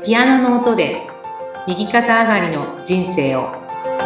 ピアノの音で右肩上がりの人生を。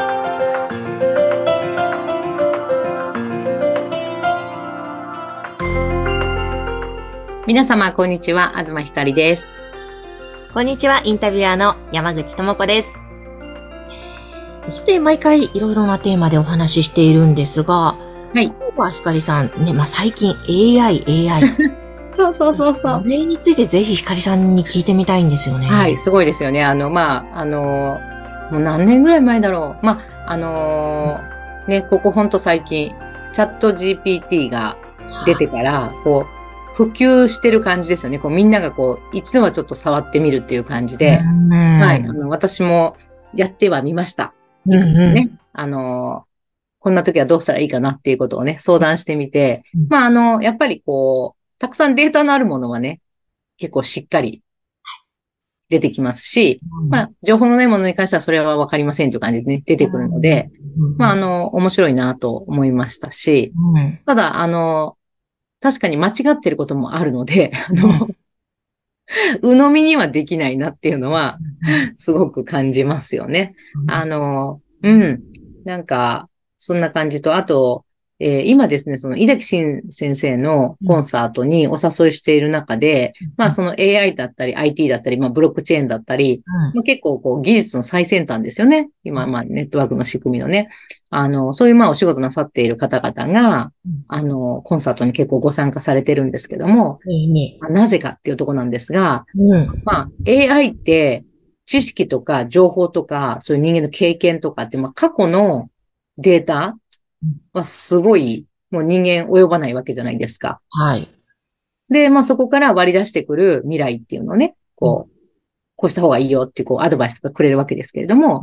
皆様こんにちは、東ひかりです。 こんにちは、インタビュアーの山口智子です。さて、毎回いろいろなテーマでお話ししているんですが、 はい。 今日はひかりさんね、最近 AI。 そうそうそうそこう。 れについてぜひひかりさんに聞いてみたいんですよね。 はい、すごいですよね。もう何年ぐらい前だろう。ここほんと最近、チャット GPT が出てから、普及してる感じですよね。みんなが一度はちょっと触ってみるっていう感じで、はい、私もやってはみました。いくつかね。こんな時はどうしたらいいかなっていうことをね、相談してみて、やっぱりたくさんデータのあるものはね、結構しっかり出てきますし、情報のないものに関してはそれはわかりませんという感じでね、出てくるので、面白いなと思いましたし、ただ、確かに間違ってることもあるので、鵜呑みにはできないなっていうのは、すごく感じますよね。うん。なんか、そんな感じと、あと、今ですね、その、井崎慎先生のコンサートにお誘いしている中で、その AI だったり IT だったり、ブロックチェーンだったり、結構技術の最先端ですよね。今、ネットワークの仕組みのね。そういうお仕事なさっている方々が、コンサートに結構ご参加されてるんですけども、なぜかっていうところなんですが、AI って知識とか情報とか、そういう人間の経験とかって、過去のデータはすごい、もう人間及ばないわけじゃないですか。 はい。 で、そこから割り出してくる未来っていうのをね、こうした方がいいよってアドバイスがくれるわけですけれども、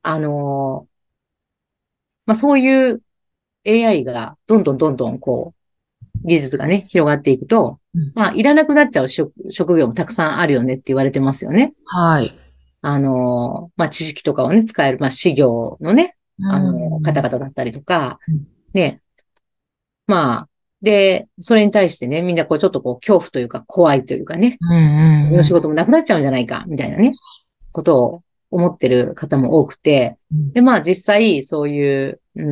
そういう AI がどんどんどんどん技術がね、広がっていくと、いらなくなっちゃう職業もたくさんあるよねって言われてますよね。 はい。 知識とかをね、使える、事業のね、方々だったりとか、ね、まあ、で、それに対してね、みんなちょっと恐怖というか怖いというかね、の仕事もなくなっちゃうんじゃないか、みたいなね、ことを思ってる方も多くて、で、実際、そういう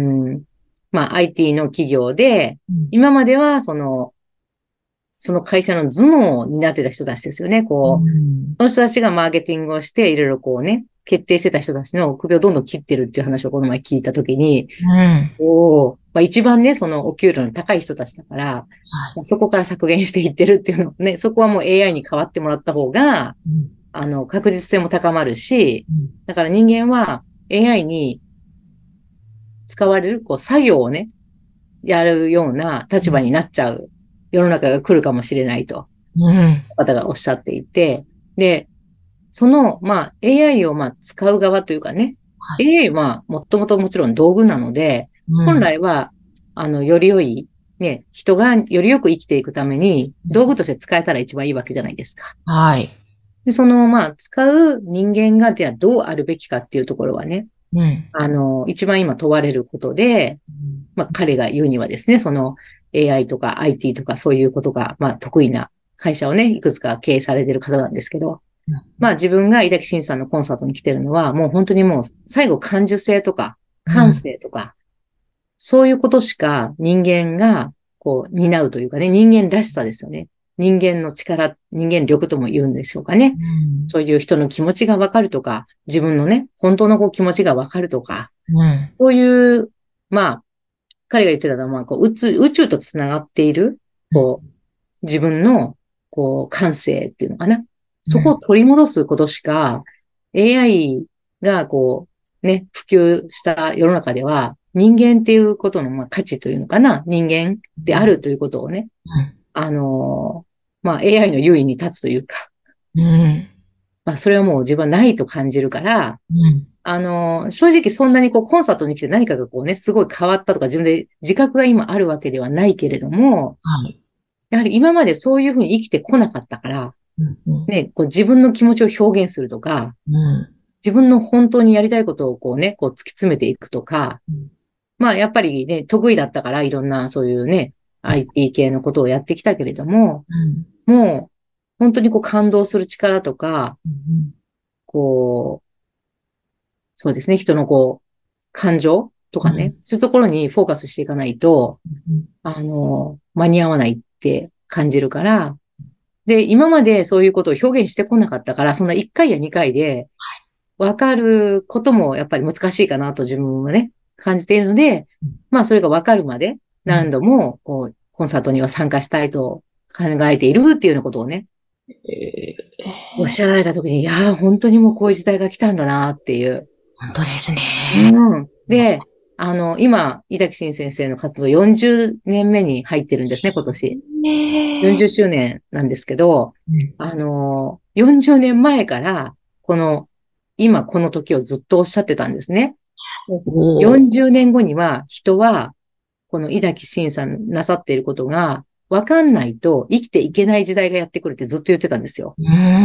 、IT の企業で、今までは、その会社の頭脳になってた人たちですよね。その人たちがマーケティングをして、いろいろ決定してた人たちの首をどんどん切ってるっていう話をこの前聞いたときに、一番ね、そのお給料の高い人たちだから、そこから削減していってるっていうのね、そこはもう AI に代わってもらった方が、確実性も高まるし、だから人間は AI に使われる、作業をね、やるような立場になっちゃう世の中が来るかもしれないと、方がおっしゃっていて、で、その、AI を使う側というかね、AI はもともともちろん道具なので、本来は、より良い、ね、人がよりよく生きていくために、道具として使えたら一番いいわけじゃないですか。 はい。 で、使う人間が、じゃあどうあるべきかっていうところはね、一番今問われることで、彼が言うにはですね、その AI とか IT とかそういうことが、得意な会社をね、いくつか経営されてる方なんですけど、自分が井崎慎さんのコンサートに来てるのは、もう本当にもう最後感受性とか、感性とか、そういうことしか人間が担うというかね、人間らしさですよね。人間の力、人間力とも言うんでしょうかね。そういう人の気持ちがわかるとか、自分のね、本当の気持ちがわかるとか、そういう、彼が言ってたのは、宇宙とつながっている、自分の、感性っていうのかな。そこを取り戻すことしか、AI が、普及した世の中では、人間っていうことの、価値というのかな。人間であるということをね、AI の優位に立つというか、それはもう自分はないと感じるから、正直そんなにコンサートに来て何かがすごい変わったとか自分で自覚が今あるわけではないけれども、やはり今までそういうふうに生きてこなかったから、ね、自分の気持ちを表現するとか、自分の本当にやりたいことを突き詰めていくとか、やっぱりね、得意だったからいろんなそういうね、IT 系のことをやってきたけれども、もう本当に感動する力とか、 こう、そうですね、人の感情とかね、そういうところにフォーカスしていかないと、間に合わないって感じるから、で、今までそういうことを表現してこなかったから、そんな1回や2回で、わかることもやっぱり難しいかなと自分はね、感じているので、まあそれがわかるまで何度もコンサートには参加したいと考えているっていうようなことをね、おっしゃられたときに、いやー、本当にもうこういう時代が来たんだなっていう。 本当ですね。 うん。で、今、井崎慎先生の活動40年目に入ってるんですね、今年。40周年なんですけど、40年前から、今この時をずっとおっしゃってたんですね。40年後には人は、この井崎慎さんなさっていることが分かんないと生きていけない時代がやってくるってずっと言ってたんですよ。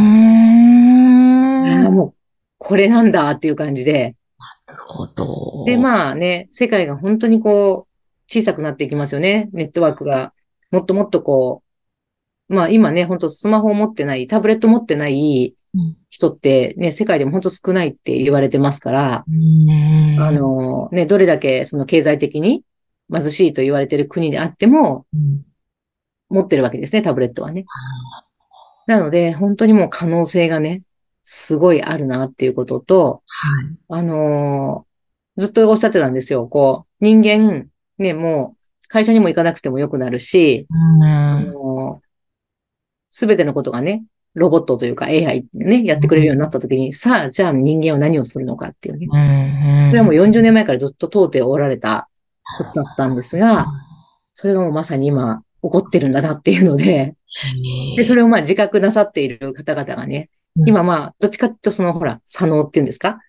もう、これなんだっていう感じで。 なるほど。 で、まあね、世界が本当に小さくなっていきますよね。ネットワークが。もっともっとまあ今ね、本当スマホを持ってない、タブレット持ってない人ってね、世界でも本当少ないって言われてますから、どれだけその経済的に貧しいと言われている国であっても、持ってるわけですね、タブレットはね。なので、本当にもう可能性がね、すごいあるなっていうことと、ずっとおっしゃってたんですよ。人間、ね、もう会社にも行かなくてもよくなるし、すべてのことがね、ロボットというか AI ね、やってくれるようになったときに、さあ、じゃあ人間は何をするのかっていうね。それはもう40年前からずっと問うておられたことだったんですが、それがもうまさに今起こってるんだなっていうので、それをまあ自覚なさっている方々がね、今まあ、どっちかっていうとほら、左脳っていうんですか、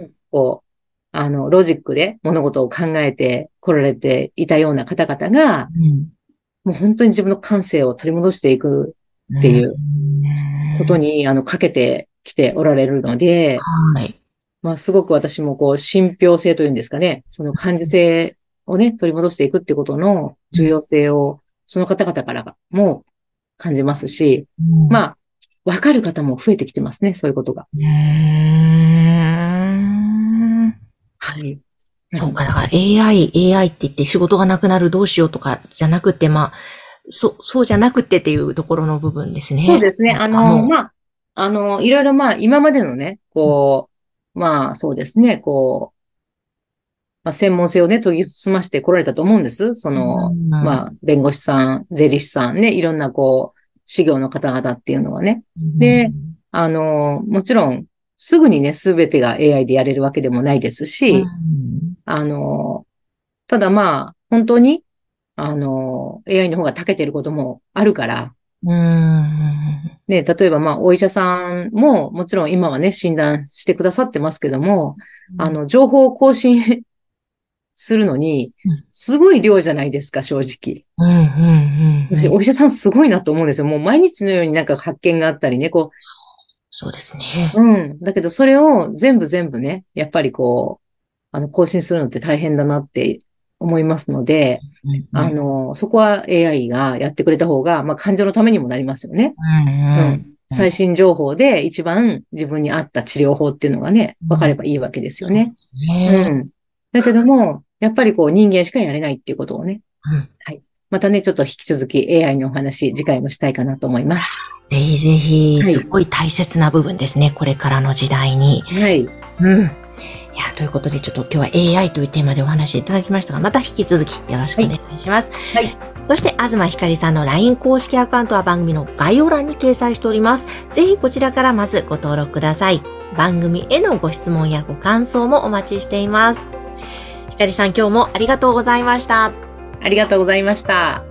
ロジックで物事を考えて来られていたような方々が、もう本当に自分の感性を取り戻していくっていうことに、かけてきておられるので、まあ、すごく私も信憑性というんですかね、その感受性をね、取り戻していくってことの重要性を、その方々からも感じますし、まあ、わかる方も増えてきてますね、そういうことが。はい。 そうか、だから AI って言って仕事がなくなるどうしようとかじゃなくて、まあ、そうじゃなくてっていうところの部分ですね。 そうですね。まあ、いろいろまあ、今までのね、まあ、そうですね、まあ、専門性をね、研ぎ澄まして来られたと思うんです。まあ、弁護士さん、税理士さんね、いろんな修行の方々っていうのはね。で、もちろん、すぐにね、すべてが AI でやれるわけでもないですし、ただまあ、本当に、AI の方が長けてることもあるから、ね、例えばまあ、お医者さんも、もちろん今はね、診断してくださってますけども、情報を更新するのに、すごい量じゃないですか、正直。私、お医者さんすごいなと思うんですよ。もう毎日のようになんか発見があったりね、 そうですね。 だけど、それを全部ね、やっぱり更新するのって大変だなって思いますので、そこは AI がやってくれた方が、まあ、患者のためにもなりますよね。最新情報で一番自分に合った治療法っていうのがね、分かればいいわけですよね。だけども、やっぱり人間しかやれないっていうことをね。はい。またね、ちょっと引き続き AI のお話、次回もしたいかなと思います。 ぜひぜひ、すごい大切な部分ですね。これからの時代に。 はい。 いや、ということで、ちょっと今日は AI というテーマでお話しいただきましたが、また引き続きよろしくお願いします。はい。そして、東ひかりさんの LINE 公式アカウントは番組の概要欄に掲載しております。ぜひこちらからまずご登録ください。番組へのご質問やご感想もお待ちしています。ひかりさん、今日もありがとうございました。 ありがとうございました。